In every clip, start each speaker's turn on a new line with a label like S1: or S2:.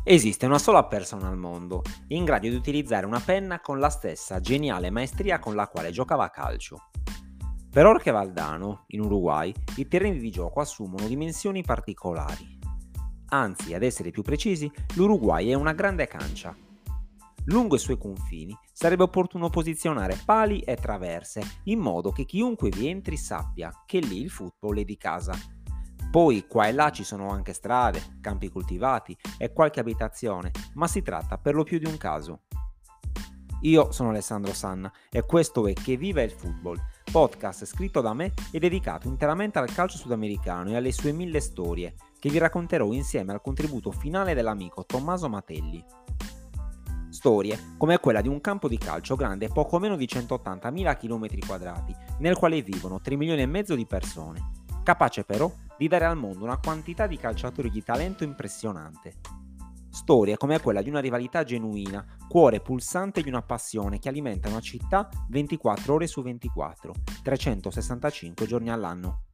S1: Esiste una sola persona al mondo in grado di utilizzare una penna con la stessa geniale maestria con la quale giocava a calcio. Per Jorge Valdano, in Uruguay, i terreni di gioco assumono dimensioni particolari. Anzi, ad essere più precisi, l'Uruguay è una grande cancia. Lungo i suoi confini sarebbe opportuno posizionare pali e traverse in modo che chiunque vi entri sappia che lì il football è di casa. Poi qua e là ci sono anche strade, campi coltivati e qualche abitazione, ma si tratta per lo più di un caso. Io sono Alessandro Sanna e questo è Che viva il football, podcast scritto da me e dedicato interamente al calcio sudamericano e alle sue 1000 storie, che vi racconterò insieme al contributo finale dell'amico Tommaso Matelli. Storie come quella di un campo di calcio grande poco meno di 180.000 km², nel quale vivono 3 milioni e mezzo di persone, capace però di dare al mondo una quantità di calciatori di talento impressionante. Storie come quella di una rivalità genuina, cuore pulsante di una passione che alimenta una città 24 ore su 24, 365 giorni all'anno.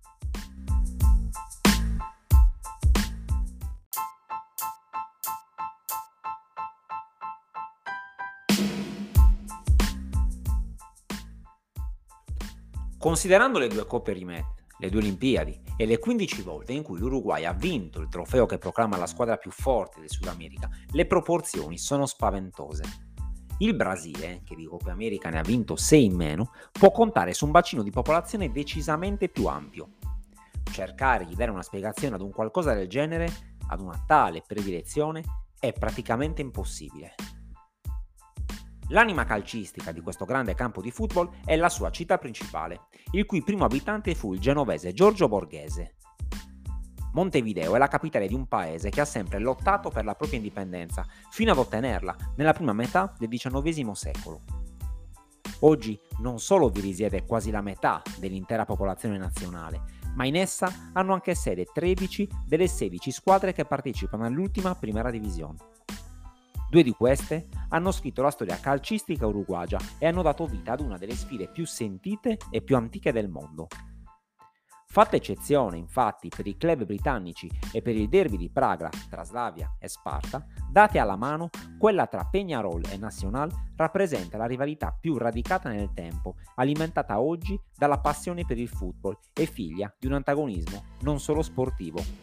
S1: Considerando le due Coppe Rimet, le due Olimpiadi e le 15 volte in cui l'Uruguay ha vinto il trofeo che proclama la squadra più forte del Sud America, le proporzioni sono spaventose. Il Brasile, che di Coppe America ne ha vinto 6 in meno, può contare su un bacino di popolazione decisamente più ampio. Cercare di dare una spiegazione ad un qualcosa del genere, ad una tale predilezione, è praticamente impossibile. L'anima calcistica di questo grande campo di football è la sua città principale, il cui primo abitante fu il genovese Giorgio Borghese. Montevideo è la capitale di un paese che ha sempre lottato per la propria indipendenza, fino ad ottenerla nella prima metà del XIX secolo. Oggi non solo vi risiede quasi la metà dell'intera popolazione nazionale, ma in essa hanno anche sede 13 delle 16 squadre che partecipano all'ultima Primera Divisione. 2 di queste hanno scritto la storia calcistica uruguagia e hanno dato vita ad una delle sfide più sentite e più antiche del mondo. Fatta eccezione, infatti, per i club britannici e per il derby di Praga tra Slavia e Sparta, date alla mano, quella tra Peñarol e Nacional rappresenta la rivalità più radicata nel tempo, alimentata oggi dalla passione per il football e figlia di un antagonismo non solo sportivo.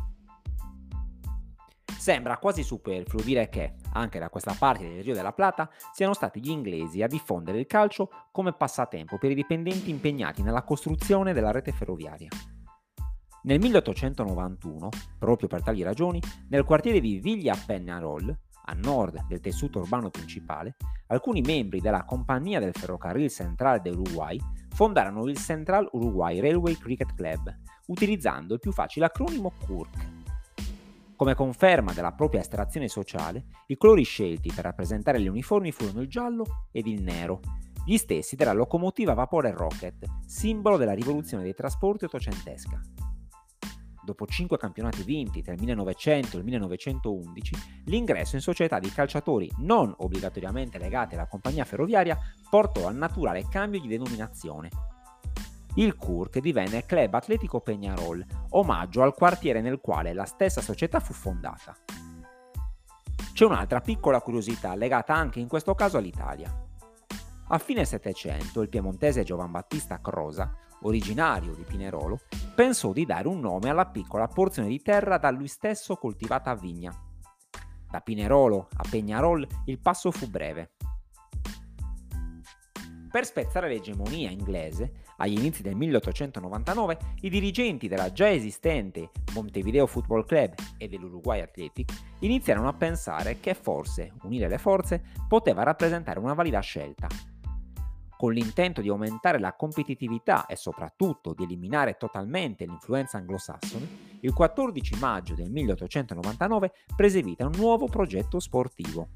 S1: Sembra quasi superfluo dire che, anche da questa parte del Rio della Plata, siano stati gli inglesi a diffondere il calcio come passatempo per i dipendenti impegnati nella costruzione della rete ferroviaria. Nel 1891, proprio per tali ragioni, nel quartiere di Villa Peñarol, a nord del tessuto urbano principale, alcuni membri della Compagnia del Ferrocarril Central de Uruguay fondarono il Central Uruguay Railway Cricket Club, utilizzando il più facile acronimo CURC. Come conferma della propria estrazione sociale, i colori scelti per rappresentare le uniformi furono il giallo ed il nero, gli stessi della locomotiva a vapore Rocket, simbolo della rivoluzione dei trasporti ottocentesca. Dopo 5 campionati vinti tra il 1900 e il 1911, l'ingresso in società di calciatori non obbligatoriamente legati alla compagnia ferroviaria portò al naturale cambio di denominazione. Il CURC divenne Club Atletico Peñarol, omaggio al quartiere nel quale la stessa società fu fondata. C'è un'altra piccola curiosità legata anche in questo caso all'Italia. A fine Settecento il piemontese Giovan Battista Crosa, originario di Pinerolo, pensò di dare un nome alla piccola porzione di terra da lui stesso coltivata a vigna. Da Pinerolo a Peñarol il passo fu breve. Per spezzare l'egemonia inglese, agli inizi del 1899, i dirigenti della già esistente Montevideo Football Club e dell'Uruguay Athletic iniziarono a pensare che forse unire le forze poteva rappresentare una valida scelta. Con l'intento di aumentare la competitività e soprattutto di eliminare totalmente l'influenza anglosassone, il 14 maggio del 1899 prese vita un nuovo progetto sportivo.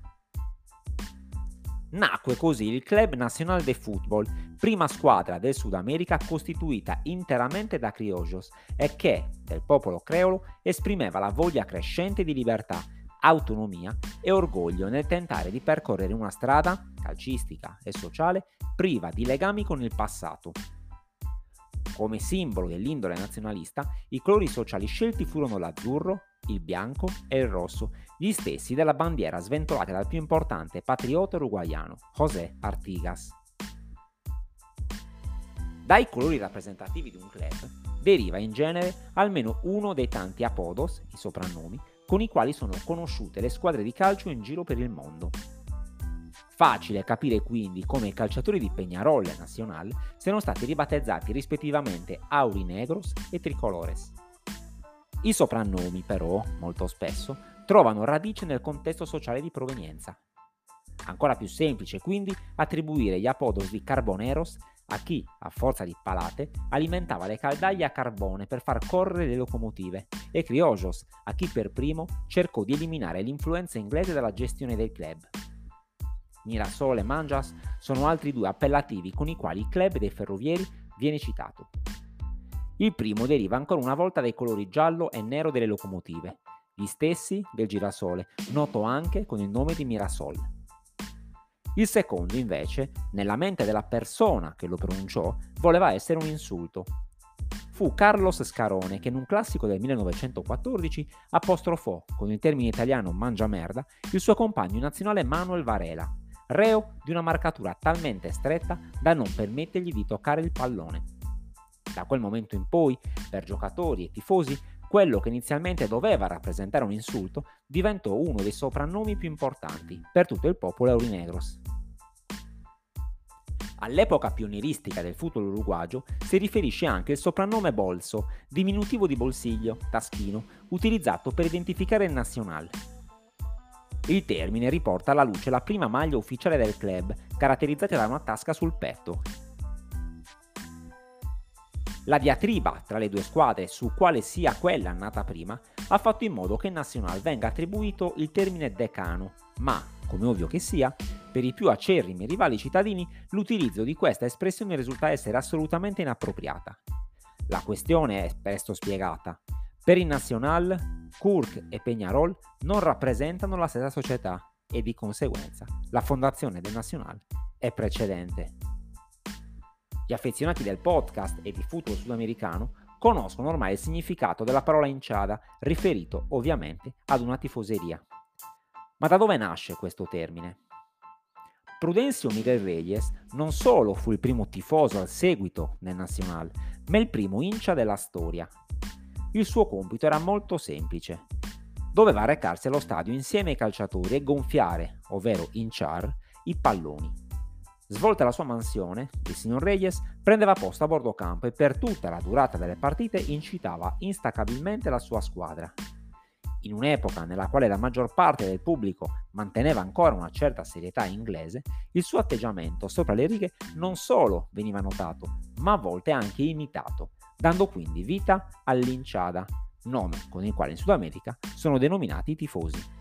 S1: Nacque così il Club Nacional de Football, prima squadra del Sud America costituita interamente da criollos e che, del popolo creolo, esprimeva la voglia crescente di libertà, autonomia e orgoglio nel tentare di percorrere una strada, calcistica e sociale, priva di legami con il passato. Come simbolo dell'indole nazionalista, i colori sociali scelti furono l'azzurro, il bianco e il rosso, gli stessi della bandiera sventolata dal più importante patriota uruguaiano, José Artigas. Dai colori rappresentativi di un club deriva in genere almeno uno dei tanti apodos, i soprannomi, con i quali sono conosciute le squadre di calcio in giro per il mondo. Facile capire quindi come i calciatori di Peñarol e Nacional siano stati ribattezzati rispettivamente Aurinegros e Tricolores. I soprannomi, però, molto spesso, trovano radice nel contesto sociale di provenienza. Ancora più semplice, quindi, attribuire gli apodos di Carboneros a chi, a forza di palate, alimentava le caldaie a carbone per far correre le locomotive, e Criollos a chi per primo cercò di eliminare l'influenza inglese dalla gestione del club. Mirasol e Manjas sono altri due appellativi con i quali il club dei ferrovieri viene citato. Il primo deriva ancora una volta dai colori giallo e nero delle locomotive, gli stessi del girasole, noto anche con il nome di Mirasol. Il secondo, invece, nella mente della persona che lo pronunciò, voleva essere un insulto. Fu Carlos Scarone che in un classico del 1914 apostrofò, con il termine italiano mangiamerda, il suo compagno nazionale Manuel Varela, reo di una marcatura talmente stretta da non permettergli di toccare il pallone. Da quel momento in poi, per giocatori e tifosi, quello che inizialmente doveva rappresentare un insulto diventò uno dei soprannomi più importanti per tutto il popolo aurinegros. All'epoca pionieristica del football uruguagio si riferisce anche il soprannome bolso, diminutivo di bolsiglio, taschino, utilizzato per identificare il Nacional. Il termine riporta alla luce la prima maglia ufficiale del club, caratterizzata da una tasca sul petto. La diatriba tra le due squadre su quale sia quella nata prima ha fatto in modo che il Nacional venga attribuito il termine decano, ma, come ovvio che sia, per i più acerrimi rivali cittadini l'utilizzo di questa espressione risulta essere assolutamente inappropriata. La questione è presto spiegata. Per il Nacional, Kurk e Peñarol non rappresentano la stessa società e di conseguenza la fondazione del Nacional è precedente. Gli affezionati del podcast e di football sudamericano conoscono ormai il significato della parola hinchada, riferito ovviamente ad una tifoseria. Ma da dove nasce questo termine? Prudencio Miguel Reyes non solo fu il primo tifoso al seguito nel Nacional, ma il primo hincha della storia. Il suo compito era molto semplice. Doveva recarsi allo stadio insieme ai calciatori e gonfiare, ovvero hinchar, i palloni. Svolta la sua mansione, il signor Reyes prendeva posto a bordo campo e per tutta la durata delle partite incitava instaccabilmente la sua squadra. In un'epoca nella quale la maggior parte del pubblico manteneva ancora una certa serietà inglese, il suo atteggiamento sopra le righe non solo veniva notato, ma a volte anche imitato, dando quindi vita all'hinchada, nome con il quale in Sud America sono denominati i tifosi.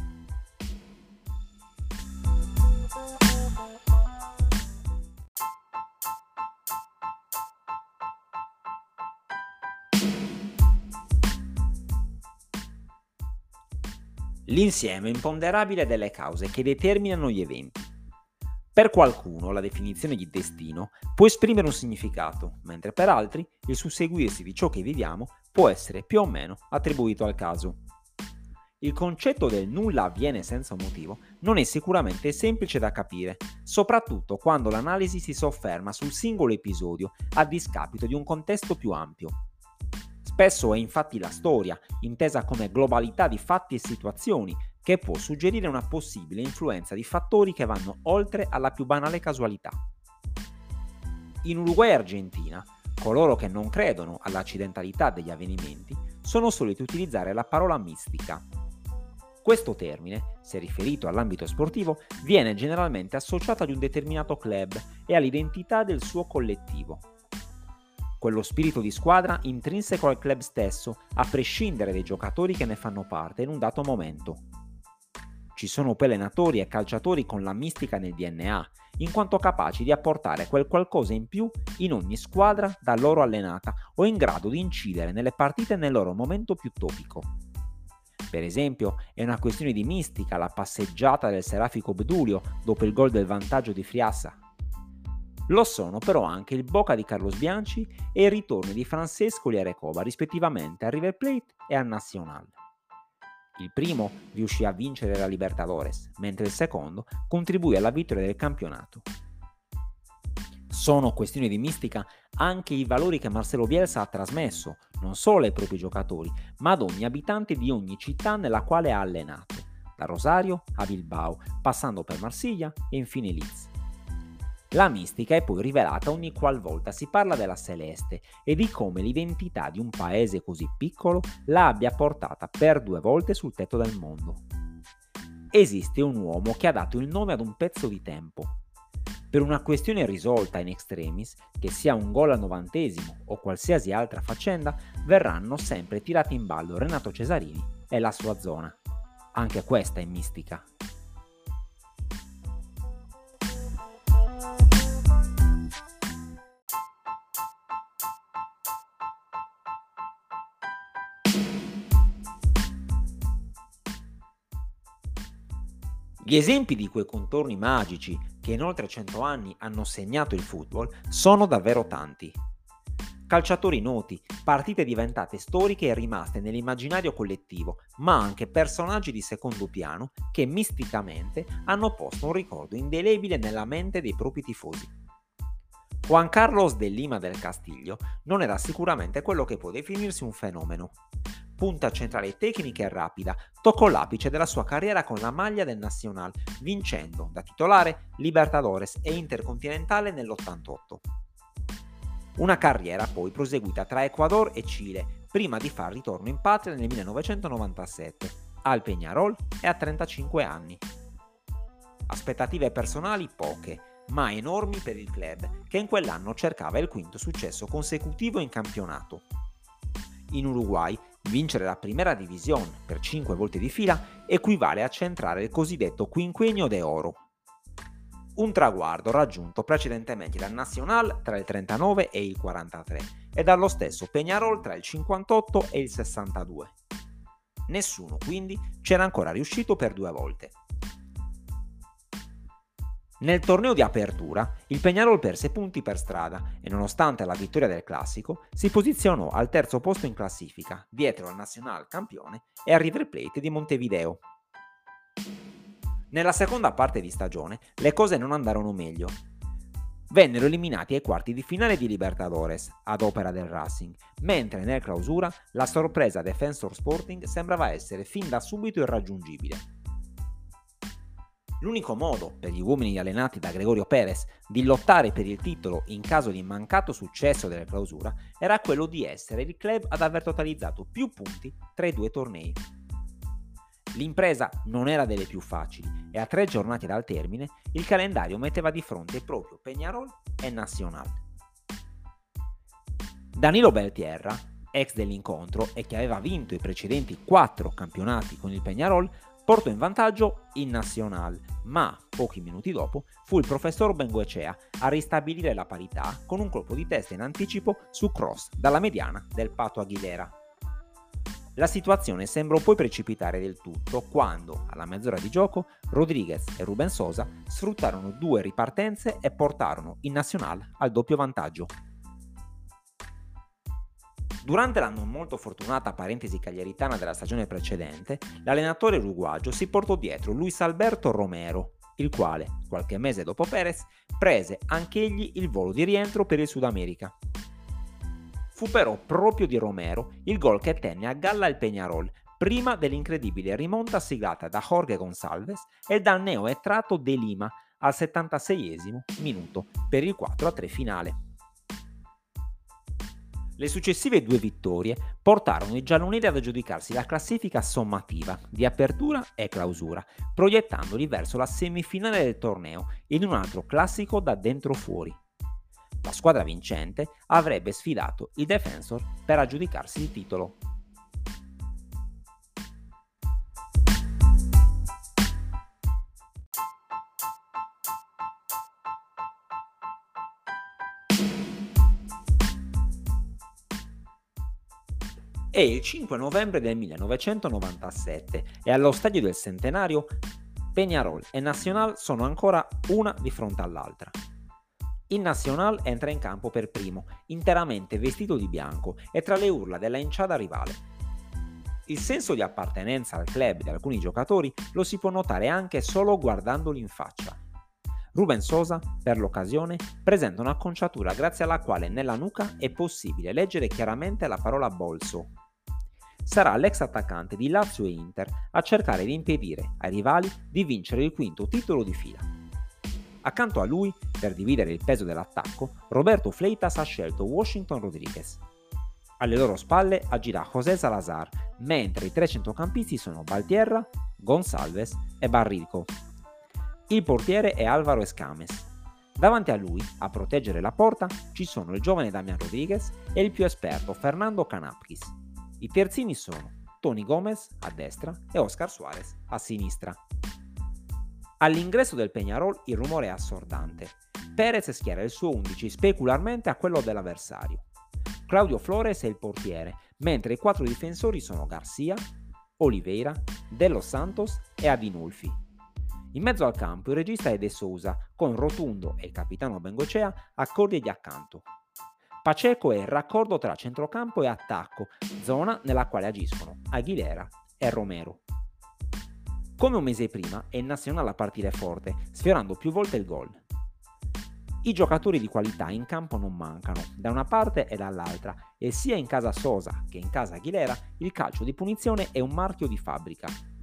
S1: L'insieme imponderabile delle cause che determinano gli eventi. Per qualcuno la definizione di destino può esprimere un significato, mentre per altri il susseguirsi di ciò che viviamo può essere più o meno attribuito al caso. Il concetto del nulla avviene senza un motivo non è sicuramente semplice da capire, soprattutto quando l'analisi si sofferma sul singolo episodio a discapito di un contesto più ampio. Spesso è infatti la storia, intesa come globalità di fatti e situazioni, che può suggerire una possibile influenza di fattori che vanno oltre alla più banale casualità. In Uruguay e Argentina, coloro che non credono all'accidentalità degli avvenimenti sono soliti utilizzare la parola mistica. Questo termine, se riferito all'ambito sportivo, viene generalmente associato ad un determinato club e all'identità del suo collettivo. Quello spirito di squadra intrinseco al club stesso, a prescindere dai giocatori che ne fanno parte in un dato momento. Ci sono poi allenatori e calciatori con la mistica nel DNA, in quanto capaci di apportare quel qualcosa in più in ogni squadra da loro allenata o in grado di incidere nelle partite nel loro momento più topico. Per esempio, è una questione di mistica la passeggiata del Serafico Bedulio dopo il gol del vantaggio di Friassa. Lo sono però anche il Boca di Carlos Bianchi e il ritorno di Francesco Recoba, rispettivamente a River Plate e al Nacional. Il primo riuscì a vincere la Libertadores, mentre il secondo contribuì alla vittoria del campionato. Sono questioni di mistica anche i valori che Marcelo Bielsa ha trasmesso, non solo ai propri giocatori, ma ad ogni abitante di ogni città nella quale ha allenato, da Rosario a Bilbao, passando per Marsiglia e infine Leeds. La mistica è poi rivelata ogni qualvolta si parla della Celeste e di come l'identità di un paese così piccolo la abbia portata per 2 volte sul tetto del mondo. Esiste un uomo che ha dato il nome ad un pezzo di tempo. Per una questione risolta in extremis, che sia un gol al 90° o qualsiasi altra faccenda, verranno sempre tirati in ballo Renato Cesarini e la sua zona. Anche questa è mistica. Gli esempi di quei contorni magici che in oltre 100 anni hanno segnato il football sono davvero tanti. Calciatori noti, partite diventate storiche e rimaste nell'immaginario collettivo, ma anche personaggi di secondo piano che misticamente hanno posto un ricordo indelebile nella mente dei propri tifosi. Juan Carlos de Lima del Castillo non era sicuramente quello che può definirsi un fenomeno. Punta centrale tecnica e rapida, toccò l'apice della sua carriera con la maglia del Nacional, vincendo da titolare Libertadores e Intercontinentale nell'88. Una carriera poi proseguita tra Ecuador e Cile, prima di far ritorno in patria nel 1997, al Peñarol e a 35 anni. Aspettative personali poche, ma enormi per il club, che in quell'anno cercava il quinto successo consecutivo in campionato. In Uruguay, vincere la Primera División per 5 volte di fila equivale a centrare il cosiddetto Quinquenio de Oro. Un traguardo raggiunto precedentemente dal Nacional tra il 39 e il 43 e dallo stesso Peñarol tra il 58 e il 62. Nessuno quindi c'era ancora riuscito per 2 volte. Nel torneo di apertura, il Peñarol perse punti per strada e nonostante la vittoria del classico, si posizionò al 3° posto in classifica, dietro al Nacional campione e al River Plate di Montevideo. Nella seconda parte di stagione, le cose non andarono meglio. Vennero eliminati ai quarti di finale di Libertadores, ad opera del Racing, mentre nel clausura la sorpresa Defensor Sporting sembrava essere fin da subito irraggiungibile. L'unico modo per gli uomini allenati da Gregorio Pérez di lottare per il titolo in caso di mancato successo della clausura era quello di essere il club ad aver totalizzato più punti tra i 2 tornei. L'impresa non era delle più facili e a 3 giornate dal termine il calendario metteva di fronte proprio Peñarol e Nacional. Danilo Beltierra, ex dell'incontro e che aveva vinto i precedenti 4 campionati con il Peñarol, portò in vantaggio il Nacional, ma pochi minuti dopo fu il professor Bengoechea a ristabilire la parità con un colpo di testa in anticipo su cross dalla mediana del Pato Aguilera. La situazione sembrò poi precipitare del tutto quando, alla mezz'ora di gioco, Rodríguez e Rubén Sosa sfruttarono 2 ripartenze e portarono il Nacional al doppio vantaggio. Durante la non molto fortunata parentesi cagliaritana della stagione precedente, l'allenatore uruguagio si portò dietro Luis Alberto Romero, il quale, qualche mese dopo Pérez, prese anch'egli il volo di rientro per il Sud America. Fu però proprio di Romero il gol che tenne a galla il Peñarol, prima dell'incredibile rimonta siglata da Jorge Gonçalves e dal neo-estratto De Lima al 76esimo minuto per il 4-3 finale. Le successive 2 vittorie portarono i gialloneri ad aggiudicarsi la classifica sommativa di apertura e clausura, proiettandoli verso la semifinale del torneo in un altro classico da dentro fuori. La squadra vincente avrebbe sfidato i Defensor per aggiudicarsi il titolo. È il 5 novembre del 1997 e allo stadio del Centenario Peñarol e Nacional sono ancora una di fronte all'altra. Il Nacional entra in campo per primo, interamente vestito di bianco e tra le urla della hinchada rivale. Il senso di appartenenza al club di alcuni giocatori lo si può notare anche solo guardandoli in faccia. Rubén Sosa, per l'occasione, presenta un'acconciatura grazie alla quale nella nuca è possibile leggere chiaramente la parola bolso. Sarà l'ex attaccante di Lazio e Inter a cercare di impedire ai rivali di vincere il quinto titolo di fila. Accanto a lui, per dividere il peso dell'attacco, Roberto Fleitas ha scelto Washington Rodríguez. Alle loro spalle agirà José Salazar, mentre i tre centrocampisti sono Valtierra, Gonçalves e Barrico. Il portiere è Álvaro Escames. Davanti a lui, a proteggere la porta, ci sono il giovane Damián Rodríguez e il più esperto Fernando Canapkis. I terzini sono Toni Gomez a destra e Oscar Suárez a sinistra. All'ingresso del Peñarol il rumore è assordante. Pérez schiera il suo 11 specularmente a quello dell'avversario. Claudio Flores è il portiere, mentre i quattro difensori sono Garcia, Oliveira, De Los Santos e Adinolfi. In mezzo al campo il regista è De Souza, con Rotundo e il capitano Bengochea accordiegli accanto. Pacheco è il raccordo tra centrocampo e attacco, zona nella quale agiscono Aguilera e Romero. Come un mese prima è il Nacional a partire forte, sfiorando più volte il gol. I giocatori di qualità in campo non mancano, da una parte e dall'altra, e sia in casa Sosa che in casa Aguilera il calcio di punizione è un marchio di fabbrica.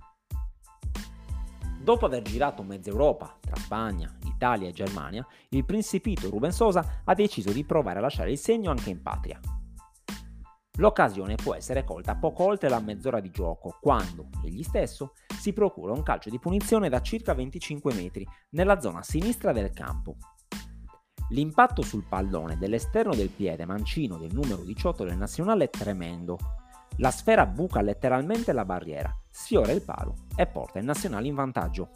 S1: Dopo aver girato mezza Europa, tra Spagna, Italia e Germania, il principito Rubén Sosa ha deciso di provare a lasciare il segno anche in patria. L'occasione può essere colta poco oltre la mezz'ora di gioco, quando, egli stesso, si procura un calcio di punizione da circa 25 metri, nella zona sinistra del campo. L'impatto sul pallone dell'esterno del piede mancino del numero 18 del Nazionale è tremendo. La sfera buca letteralmente la barriera, sfiora il palo e porta il Nazionale in vantaggio.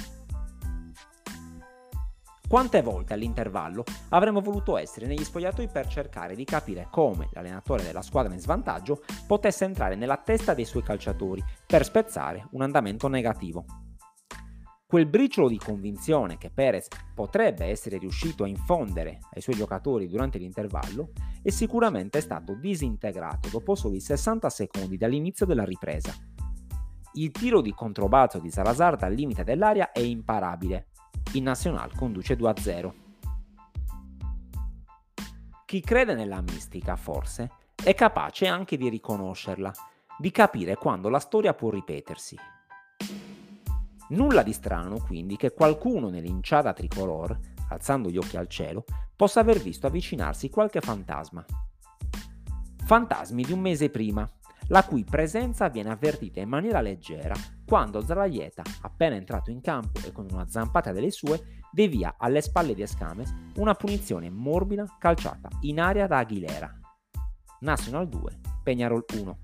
S1: Quante volte all'intervallo avremmo voluto essere negli spogliatoi per cercare di capire come l'allenatore della squadra in svantaggio potesse entrare nella testa dei suoi calciatori per spezzare un andamento negativo. Quel briciolo di convinzione che Pérez potrebbe essere riuscito a infondere ai suoi giocatori durante l'intervallo è sicuramente stato disintegrato dopo soli 60 secondi dall'inizio della ripresa. Il tiro di controbalzo di Salazar dal limite dell'area è imparabile. Il Nacional conduce 2-0. Chi crede nella mistica, forse, è capace anche di riconoscerla, di capire quando la storia può ripetersi. Nulla di strano, quindi, che qualcuno nell'inciada tricolor, alzando gli occhi al cielo, possa aver visto avvicinarsi qualche fantasma. Fantasmi di un mese prima, la cui presenza viene avvertita in maniera leggera quando Zaraglieta, appena entrato in campo e con una zampata delle sue, devia alle spalle di Escames una punizione morbida calciata in aria da Aguilera. Nacional 2, Peñarol 1.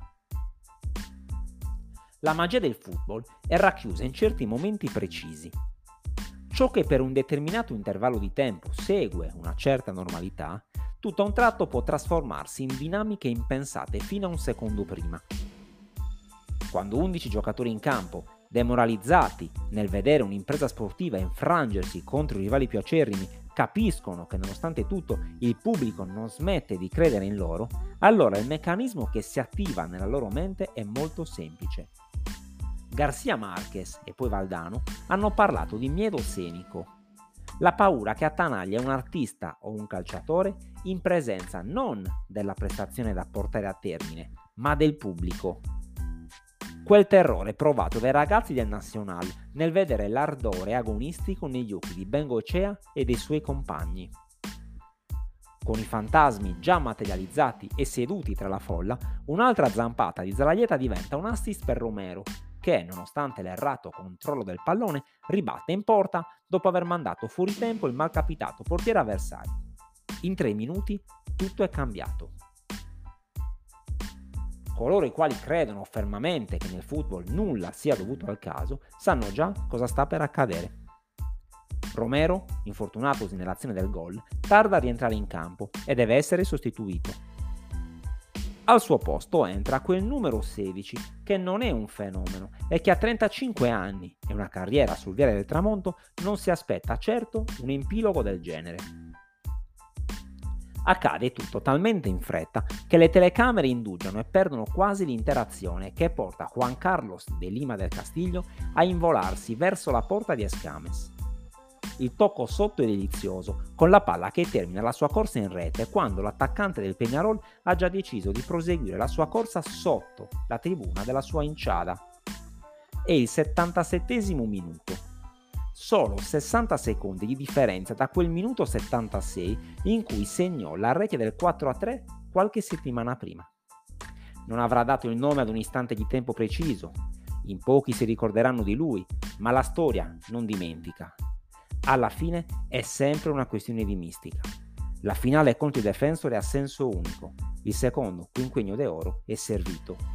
S1: La magia del football è racchiusa in certi momenti precisi. Ciò che per un determinato intervallo di tempo segue una certa normalità, tutto a un tratto può trasformarsi in dinamiche impensate fino a un secondo prima. Quando 11 giocatori in campo, demoralizzati nel vedere un'impresa sportiva infrangersi contro i rivali più acerrimi, capiscono che nonostante tutto il pubblico non smette di credere in loro, allora il meccanismo che si attiva nella loro mente è molto semplice. García Márquez e poi Valdano hanno parlato di miedo scenico, la paura che attanaglia un artista o un calciatore in presenza non della prestazione da portare a termine, ma del pubblico. Quel terrore provato dai ragazzi del Nacional nel vedere l'ardore agonistico negli occhi di Bengochea e dei suoi compagni. Con i fantasmi già materializzati e seduti tra la folla, un'altra zampata di Zaraglieta diventa un assist per Romero, che, nonostante l'errato controllo del pallone, ribatte in porta dopo aver mandato fuori tempo il malcapitato portiere avversario. In 3 minuti tutto è cambiato. Coloro i quali credono fermamente che nel football nulla sia dovuto al caso, sanno già cosa sta per accadere. Romero, infortunatosi nell'azione del gol, tarda a rientrare in campo e deve essere sostituito. Al suo posto entra quel numero 16 che non è un fenomeno e che a 35 anni e una carriera sul viale del tramonto non si aspetta certo un epilogo del genere. Accade tutto talmente in fretta che le telecamere indugiano e perdono quasi l'intera azione, che porta Juan Carlos de Lima del Castillo a involarsi verso la porta di Escames. Il tocco sotto è delizioso, con la palla che termina la sua corsa in rete quando l'attaccante del Peñarol ha già deciso di proseguire la sua corsa sotto la tribuna della sua inciada. È il 77° minuto. Solo 60 secondi di differenza da quel minuto 76 in cui segnò la rete del 4-3 qualche settimana prima. Non avrà dato il nome ad un istante di tempo preciso, in pochi si ricorderanno di lui, ma la storia non dimentica. Alla fine è sempre una questione di mistica. La finale contro i Defensori ha senso unico, il secondo quinquennio d'oro è servito.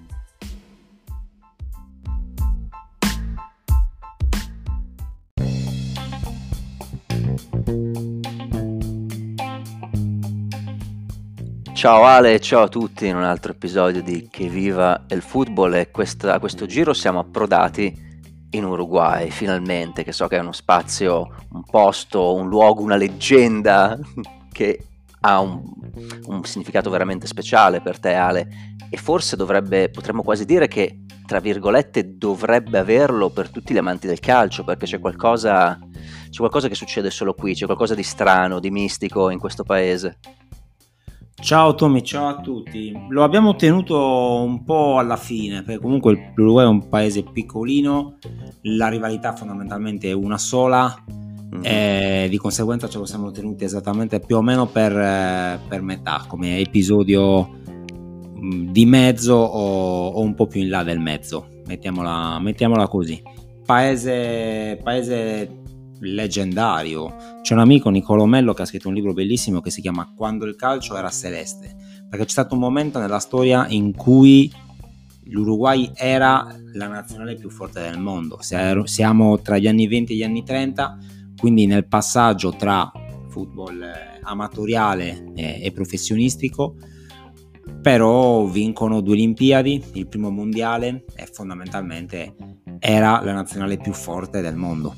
S2: Ciao Ale, ciao a tutti in un altro episodio di Che viva il football, e a questo giro siamo approdati in Uruguay finalmente, che so che è uno spazio, un posto, un luogo, una leggenda che ha un significato veramente speciale per te, Ale, e forse potremmo quasi dire che, tra virgolette, dovrebbe averlo per tutti gli amanti del calcio, perché c'è qualcosa che succede solo qui, c'è qualcosa di strano, di mistico in questo paese.
S1: Ciao Tommy, ciao a tutti. Lo abbiamo ottenuto un po' alla fine, perché comunque l'Uruguay è un paese piccolino, la rivalità fondamentalmente è una sola, e di conseguenza ce lo siamo ottenuti esattamente più o meno per metà, come episodio di mezzo o un po' più in là del mezzo, mettiamola così. Paese leggendario. C'è un amico, Nicolò Mello, che ha scritto un libro bellissimo che si chiama Quando il calcio era celeste, perché c'è stato un momento nella storia in cui l'Uruguay era la nazionale più forte del mondo. Siamo tra gli anni 20 e gli anni 30, quindi nel passaggio tra football amatoriale e professionistico, però vincono 2 Olimpiadi, il primo mondiale, e fondamentalmente era la nazionale più forte del mondo.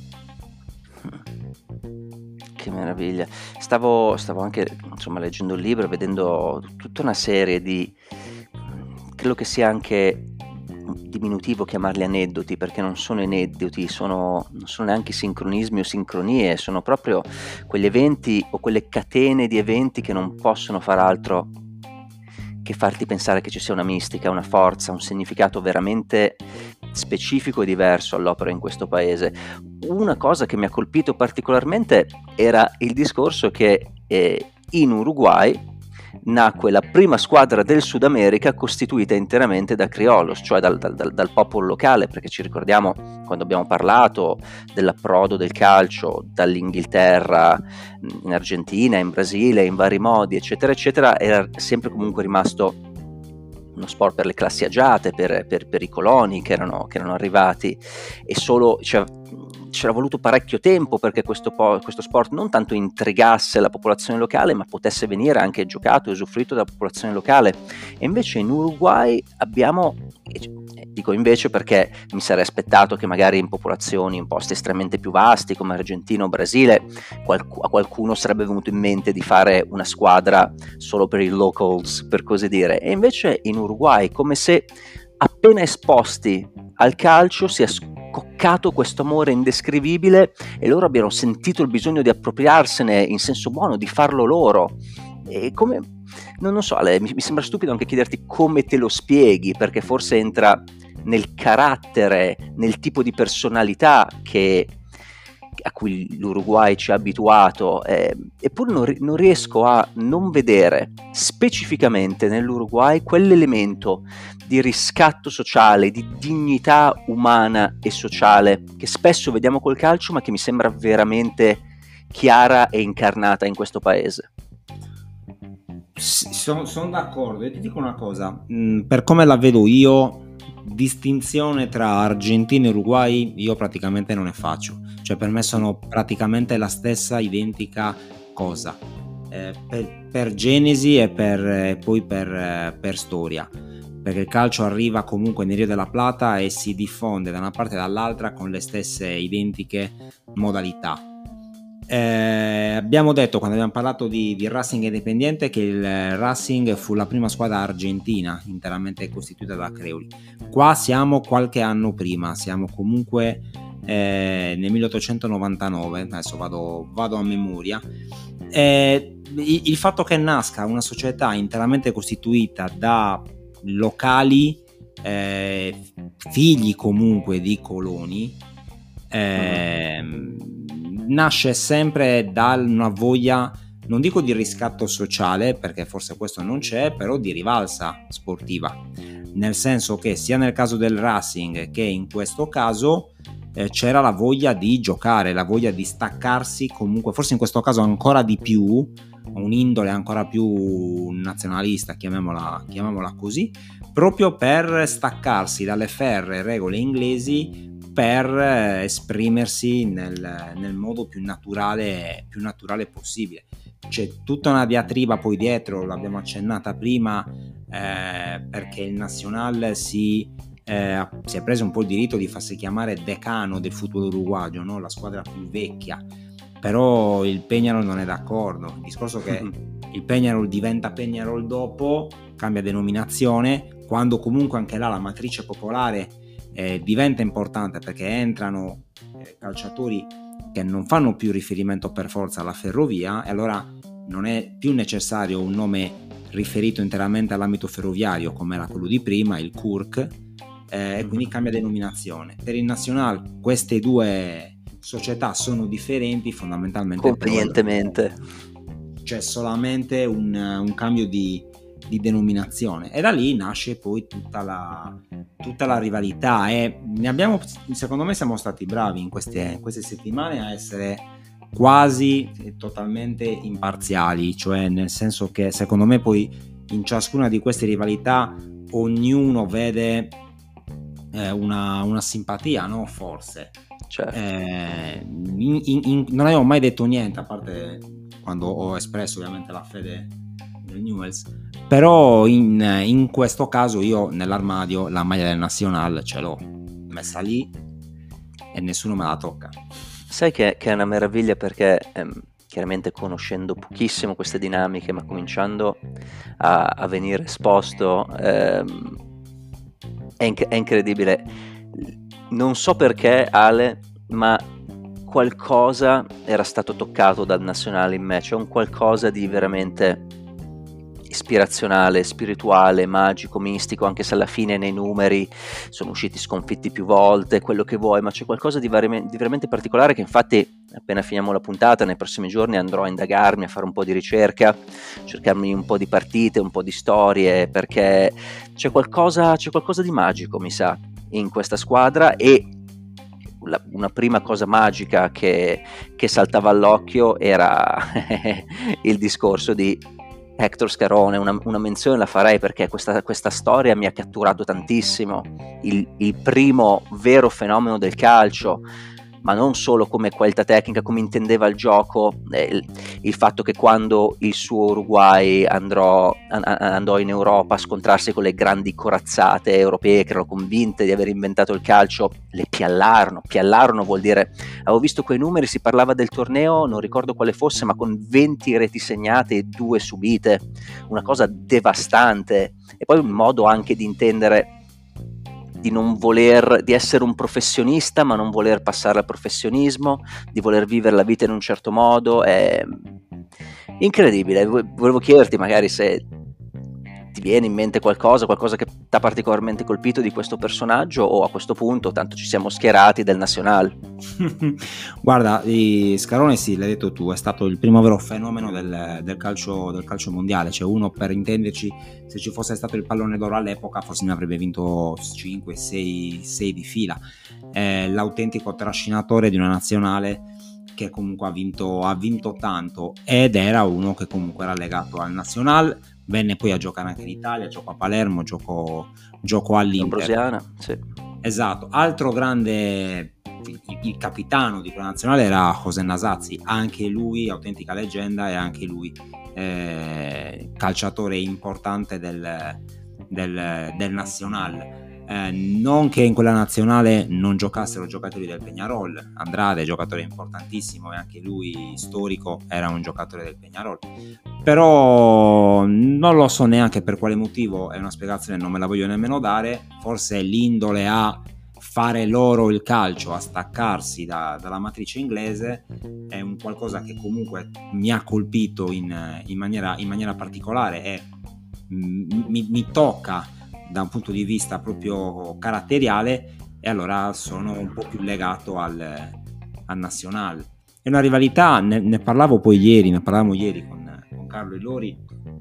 S2: Che meraviglia. Stavo anche leggendo il libro e vedendo tutta una serie di, credo che sia anche diminutivo chiamarli aneddoti, perché non sono aneddoti, non sono neanche sincronismi o sincronie, sono proprio quegli eventi o quelle catene di eventi che non possono far altro che farti pensare che ci sia una mistica, una forza, un significato veramente specifico e diverso all'opera in questo paese. Una cosa che mi ha colpito particolarmente era il discorso che in Uruguay nacque la prima squadra del Sud America costituita interamente da criollos, cioè dal popolo locale, perché ci ricordiamo quando abbiamo parlato dell'approdo del calcio dall'Inghilterra in Argentina, in Brasile, in vari modi, eccetera, eccetera, era sempre comunque rimasto uno sport per le classi agiate, per i coloni che erano arrivati, e solo c'era voluto parecchio tempo perché questo sport non tanto intrigasse la popolazione locale, ma potesse venire anche giocato e usufruito dalla popolazione locale. E invece in Uruguay abbiamo, dico invece perché mi sarei aspettato che magari in popolazioni, in posti estremamente più vasti come Argentina o Brasile, a qualcuno sarebbe venuto in mente di fare una squadra solo per i locals, per così dire. E invece in Uruguay, come se appena esposti al calcio sia scoccato questo amore indescrivibile e loro abbiano sentito il bisogno di appropriarsene in senso buono, di farlo loro. E come, non so, Ale, mi sembra stupido anche chiederti come te lo spieghi, perché forse entra nel carattere, nel tipo di personalità a cui l'Uruguay ci ha abituato, eppure non riesco a non vedere specificamente nell'Uruguay quell'elemento di riscatto sociale, di dignità umana e sociale che spesso vediamo col calcio, ma che mi sembra veramente chiara e incarnata in questo paese.
S1: Sono d'accordo, e ti dico una cosa, per come la vedo io, distinzione tra Argentina e Uruguay io praticamente non ne faccio, cioè per me sono praticamente la stessa identica cosa, per genesi e poi per storia, perché il calcio arriva comunque nel Rio della Plata e si diffonde da una parte e dall'altra con le stesse identiche modalità. Abbiamo detto, quando abbiamo parlato di Racing Independiente, che il Racing fu la prima squadra argentina interamente costituita da creoli. Qua siamo qualche anno prima, siamo comunque nel 1899, adesso vado a memoria. Il fatto che nasca una società interamente costituita da locali, figli comunque di coloni, nasce sempre da una voglia, non dico di riscatto sociale, perché forse questo non c'è, però di rivalsa sportiva, nel senso che sia nel caso del Racing che in questo caso c'era la voglia di giocare, la voglia di staccarsi, comunque forse in questo caso ancora di più, un'indole ancora più nazionalista, chiamiamola così, proprio per staccarsi dalle ferree regole inglesi, per esprimersi nel modo più naturale possibile. C'è tutta una diatriba poi dietro, l'abbiamo accennata prima, perché il Nacional si è preso un po' il diritto di farsi chiamare decano del football uruguagio, no? La squadra più vecchia, però il Peñarol non è d'accordo. Il discorso che il Peñarol diventa Peñarol dopo, cambia denominazione, quando comunque anche là la matrice popolare diventa importante, perché entrano calciatori che non fanno più riferimento per forza alla ferrovia, e allora non è più necessario un nome riferito interamente all'ambito ferroviario come era quello di prima, il KURK, e quindi cambia denominazione. Per il Nacional queste due società sono differenti fondamentalmente,
S2: convenientemente.
S1: C'è solamente un cambio di denominazione, e da lì nasce poi tutta la rivalità, e secondo me siamo stati bravi in queste settimane a essere quasi totalmente imparziali, cioè nel senso che secondo me poi in ciascuna di queste rivalità ognuno vede una simpatia, no? Forse
S2: certo.
S1: Non avevo mai detto niente, a parte quando ho espresso ovviamente la fede del Newell's, però in questo caso io nell'armadio la maglia del Nacional ce l'ho messa lì e nessuno me la tocca.
S2: Sai che è una meraviglia, perché chiaramente conoscendo pochissimo queste dinamiche, ma cominciando a venire esposto, è incredibile. Non so perché, Ale, ma qualcosa era stato toccato dal Nazionale in me, cioè un qualcosa di veramente ispirazionale, spirituale, magico, mistico, anche se alla fine nei numeri sono usciti sconfitti più volte, quello che vuoi, ma c'è qualcosa di veramente particolare, che infatti appena finiamo la puntata, nei prossimi giorni andrò a indagarmi, a fare un po' di ricerca, cercarmi un po' di partite, un po' di storie, perché c'è qualcosa di magico, mi sa, in questa squadra. E una prima cosa magica che saltava all'occhio era il discorso di Hector Scarone. Una menzione la farei, perché questa storia mi ha catturato tantissimo. Il primo vero fenomeno del calcio, ma non solo come qualità tecnica, come intendeva il gioco, il fatto che quando il suo Uruguay andò in Europa a scontrarsi con le grandi corazzate europee che erano convinte di aver inventato il calcio, le piallarono vuol dire, avevo visto quei numeri, si parlava del torneo, non ricordo quale fosse, ma con 20 reti segnate e 2 subite, una cosa devastante. E poi un modo anche di intendere, di essere un professionista ma non voler passare al professionismo, di voler vivere la vita in un certo modo. È incredibile. Volevo chiederti magari se ti viene in mente qualcosa che ti ha particolarmente colpito di questo personaggio, o a questo punto tanto ci siamo schierati del Nacional.
S1: Guarda, Scarone, sì, l'hai detto tu, è stato il primo vero fenomeno del calcio mondiale, cioè uno, per intenderci, se ci fosse stato il pallone d'oro all'epoca forse ne avrebbe vinto 5, 6 di fila. L'autentico trascinatore di una nazionale che comunque ha vinto tanto, ed era uno che comunque era legato al Nacional. Venne poi a giocare anche in Italia, giocò a Palermo, giocò all'Inter.
S2: Ambrosiana, sì.
S1: Esatto. Altro grande, il capitano di quella nazionale era José Nasazzi, anche lui autentica leggenda, e anche lui calciatore importante del Nacional. Non che in quella nazionale non giocassero giocatori del Peñarol. Andrade, giocatore importantissimo e anche lui storico, era un giocatore del Peñarol, però non lo so neanche per quale motivo, è una spiegazione, non me la voglio nemmeno dare. Forse l'indole a fare loro il calcio, a staccarsi dalla matrice inglese, è un qualcosa che comunque mi ha colpito in maniera particolare e mi tocca da un punto di vista proprio caratteriale, e allora sono un po' più legato al nazionale. È una rivalità, ne parlavamo ieri con Carlo e Lori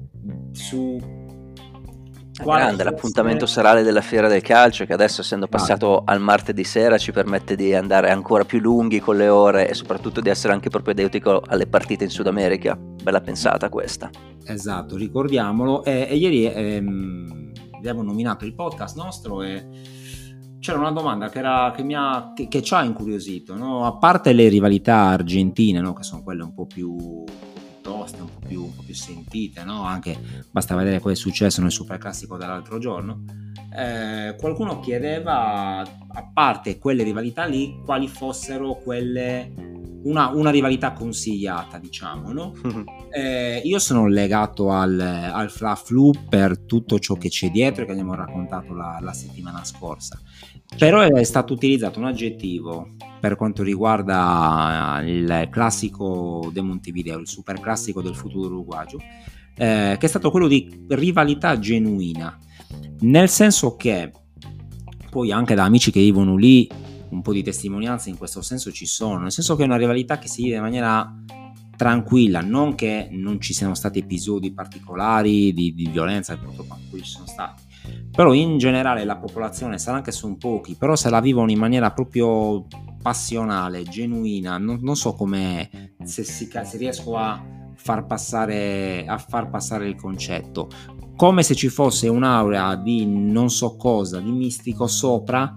S1: su
S2: grande l'appuntamento serale della Fiera del Calcio, che adesso, essendo passato al martedì sera, ci permette di andare ancora più lunghi con le ore e soprattutto di essere anche propedeutico alle partite in Sud America. Bella pensata questa.
S1: Esatto, ricordiamolo. E ieri abbiamo nominato il podcast nostro e c'era una domanda che ci ha incuriosito, no? A parte le rivalità argentine, no? Che sono quelle un po' più toste, un po' più sentite, no? Anche basta vedere cosa è successo nel Superclassico dell'altro giorno. Qualcuno chiedeva, a parte quelle rivalità lì, quali fossero quelle, una rivalità consigliata, diciamo, no? Io sono legato al Fla-Flu per tutto ciò che c'è dietro, che abbiamo raccontato la settimana scorsa. Però è stato utilizzato un aggettivo per quanto riguarda il classico de Montevideo, il superclassico del futuro uruguagio, che è stato quello di rivalità genuina, nel senso che poi anche da amici che vivono lì un po' di testimonianze in questo senso ci sono, nel senso che è una rivalità che si vive in maniera tranquilla, non che non ci siano stati episodi particolari di violenza, purtroppo ci sono stati, però in generale la popolazione, sarà anche sono pochi, però se la vivono in maniera proprio passionale, genuina, non so come, se riesco a far passare il concetto, come se ci fosse un'aura di non so cosa, di mistico sopra,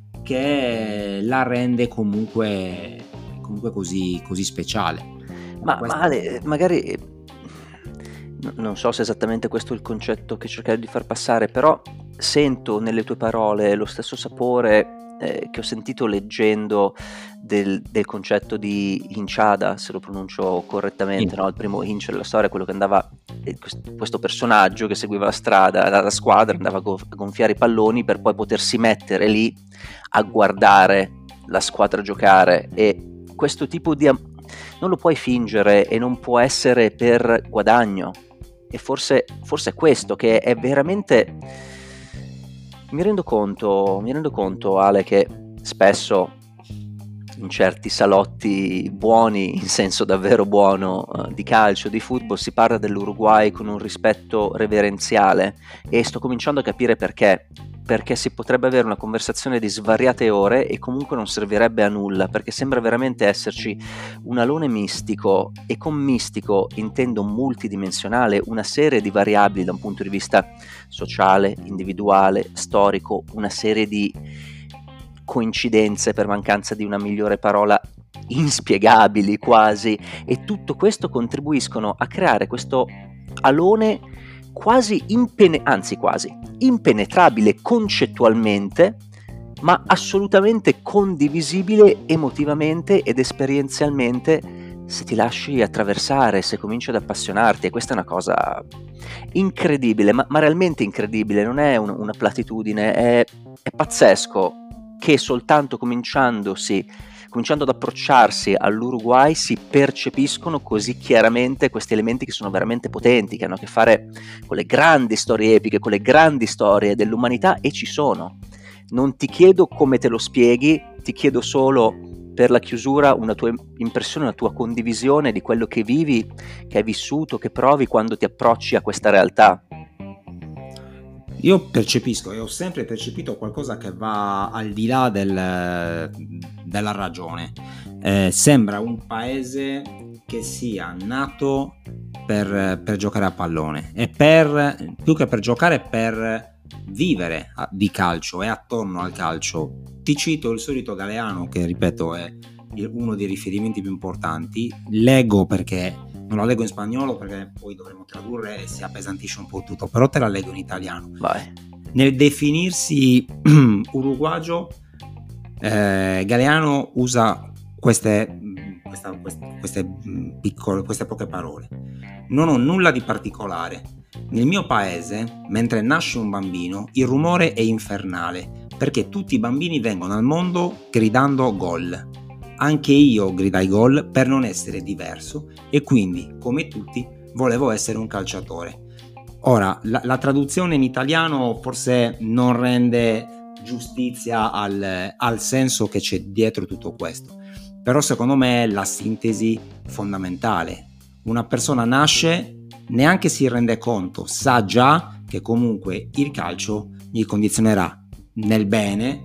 S1: che la rende comunque così speciale.
S2: Ma Ale, magari non so se esattamente questo è il concetto che cercare di far passare, però sento nelle tue parole lo stesso sapore che ho sentito leggendo del concetto di hinchada, se lo pronuncio correttamente, no? Il primo hinch della storia, quello che andava, questo personaggio che seguiva la strada, la squadra, andava a gonfiare i palloni per poi potersi mettere lì a guardare la squadra giocare, e questo tipo di non lo puoi fingere e non può essere per guadagno, e forse è questo che è veramente. Mi rendo conto, Ale, che spesso in certi salotti buoni, in senso davvero buono, di calcio, di football, si parla dell'Uruguay con un rispetto reverenziale, e sto cominciando a capire perché si potrebbe avere una conversazione di svariate ore e comunque non servirebbe a nulla, perché sembra veramente esserci un alone mistico, e con mistico intendo multidimensionale, una serie di variabili da un punto di vista sociale, individuale, storico, una serie di coincidenze, per mancanza di una migliore parola, inspiegabili quasi, e tutto questo contribuiscono a creare questo alone quasi impenetrabile concettualmente, ma assolutamente condivisibile emotivamente ed esperienzialmente, se ti lasci attraversare, se cominci ad appassionarti. E questa è una cosa incredibile, ma realmente incredibile, non è una platitudine, è pazzesco che soltanto cominciando ad approcciarsi all'Uruguay si percepiscono così chiaramente questi elementi che sono veramente potenti, che hanno a che fare con le grandi storie epiche, con le grandi storie dell'umanità, e ci sono. Non ti chiedo come te lo spieghi, ti chiedo solo, per la chiusura, una tua impressione, una tua condivisione di quello che vivi, che hai vissuto, che provi quando ti approcci a questa realtà.
S1: Io percepisco e ho sempre percepito qualcosa che va al di là della ragione. Sembra un paese che sia nato per giocare a pallone, e più che per giocare, per vivere di calcio e attorno al calcio. Ti cito il solito Galeano, che ripeto è uno dei riferimenti più importanti. Leggo, perché non la leggo in spagnolo perché poi dovremo tradurre e si appesantisce un po' tutto, però te la leggo in italiano.
S2: Vai.
S1: nel definirsi uruguagio, Galeano usa queste poche parole. Non ho nulla di particolare. Nel mio paese, mentre nasce un bambino, il rumore è infernale, perché tutti i bambini vengono al mondo gridando gol. Anche io gridai gol per non essere diverso e quindi, come tutti, volevo essere un calciatore. Ora, la traduzione in italiano forse non rende giustizia al senso che c'è dietro tutto questo, però secondo me è la sintesi fondamentale. Una persona nasce, neanche si rende conto, sa già che comunque il calcio gli condizionerà nel bene,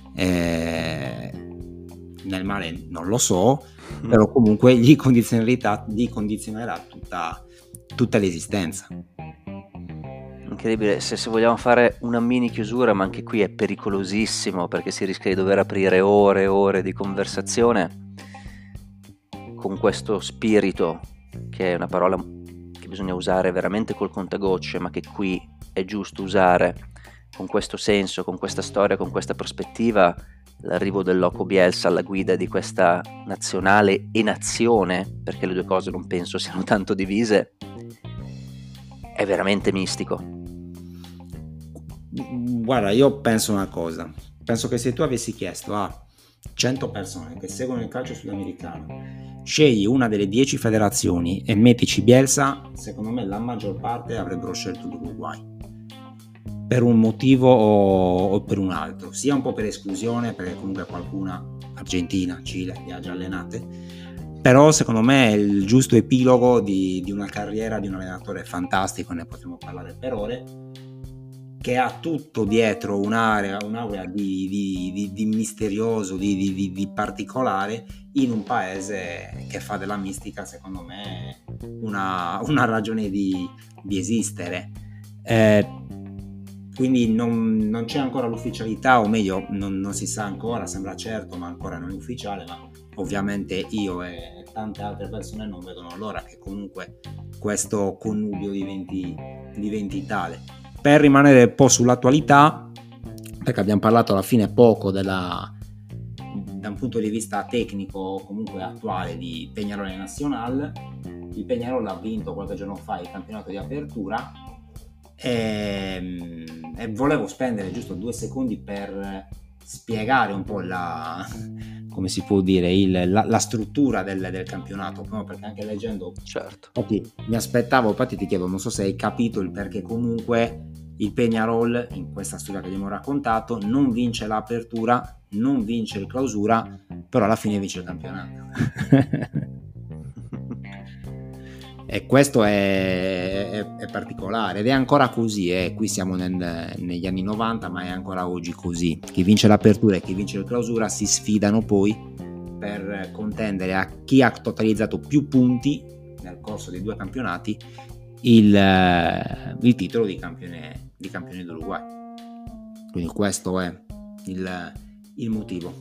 S1: nel male non lo so, però comunque gli condizionerà tutta l'esistenza.
S2: Incredibile. Se vogliamo fare una mini chiusura, ma anche qui è pericolosissimo perché si rischia di dover aprire ore e ore di conversazione, con questo spirito, che è una parola che bisogna usare veramente col contagocce, ma che qui è giusto usare con questo senso, con questa storia, con questa prospettiva. L'arrivo del Loco Bielsa alla guida di questa nazionale e nazione, perché le due cose non penso siano tanto divise, è veramente mistico.
S1: Guarda, io penso una cosa. Penso che se tu avessi chiesto a 100 persone che seguono il calcio sudamericano, scegli una delle 10 federazioni e mettici Bielsa, secondo me la maggior parte avrebbero scelto l'Uruguay, per un motivo o per un altro, sia un po' per esclusione, perché comunque qualcuna, Argentina, Cile, li ha già allenate, però secondo me è il giusto epilogo di una carriera di un allenatore fantastico, ne potremmo parlare per ore, che ha tutto dietro un'aura di misterioso, di particolare, in un paese che fa della mistica, secondo me, una ragione di esistere. Quindi non c'è ancora l'ufficialità, o meglio, non si sa ancora, sembra certo, ma ancora non è ufficiale, ma ovviamente io e tante altre persone non vedono l'ora che comunque questo connubio diventi tale. Per rimanere un po' sull'attualità, perché abbiamo parlato alla fine poco da un punto di vista tecnico comunque attuale di Peñarol Nacional. Il Peñarol ha vinto qualche giorno fa il campionato di apertura e volevo spendere giusto 2 secondi per spiegare un po' come si può dire, la struttura del campionato, no? Perché anche leggendo,
S2: certo,
S1: mi aspettavo, infatti ti chiedo, non so se hai capito il perché comunque il Peñarol, in questa storia che abbiamo raccontato, non vince l'apertura, non vince il clausura, però alla fine vince il campionato. E questo è particolare ed è ancora così, qui siamo negli anni 90, ma è ancora oggi così. Chi vince l'apertura e chi vince il clausura si sfidano poi per contendere a chi ha totalizzato più punti nel corso dei 2 campionati il titolo di campione d'Uruguay. Quindi questo è il motivo.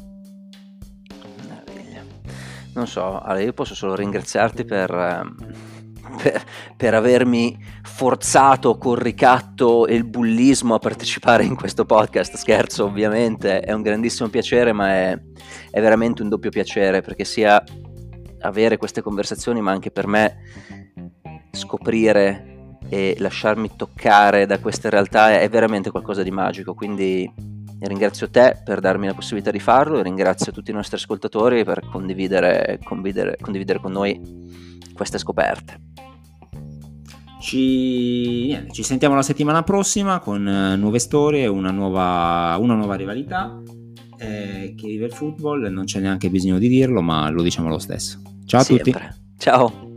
S2: Non so, allora io posso solo ringraziarti per avermi forzato col ricatto e il bullismo a partecipare in questo podcast. Scherzo, ovviamente, è un grandissimo piacere, ma è veramente un doppio piacere, perché sia avere queste conversazioni, ma anche per me scoprire e lasciarmi toccare da queste realtà è veramente qualcosa di magico. Quindi ringrazio te per darmi la possibilità di farlo e ringrazio tutti i nostri ascoltatori per condividere con noi queste scoperte.
S1: Ci sentiamo la settimana prossima con nuove storie, una nuova rivalità che vive il football. Non c'è neanche bisogno di dirlo, ma lo diciamo lo stesso. Ciao a tutti.
S2: Ciao.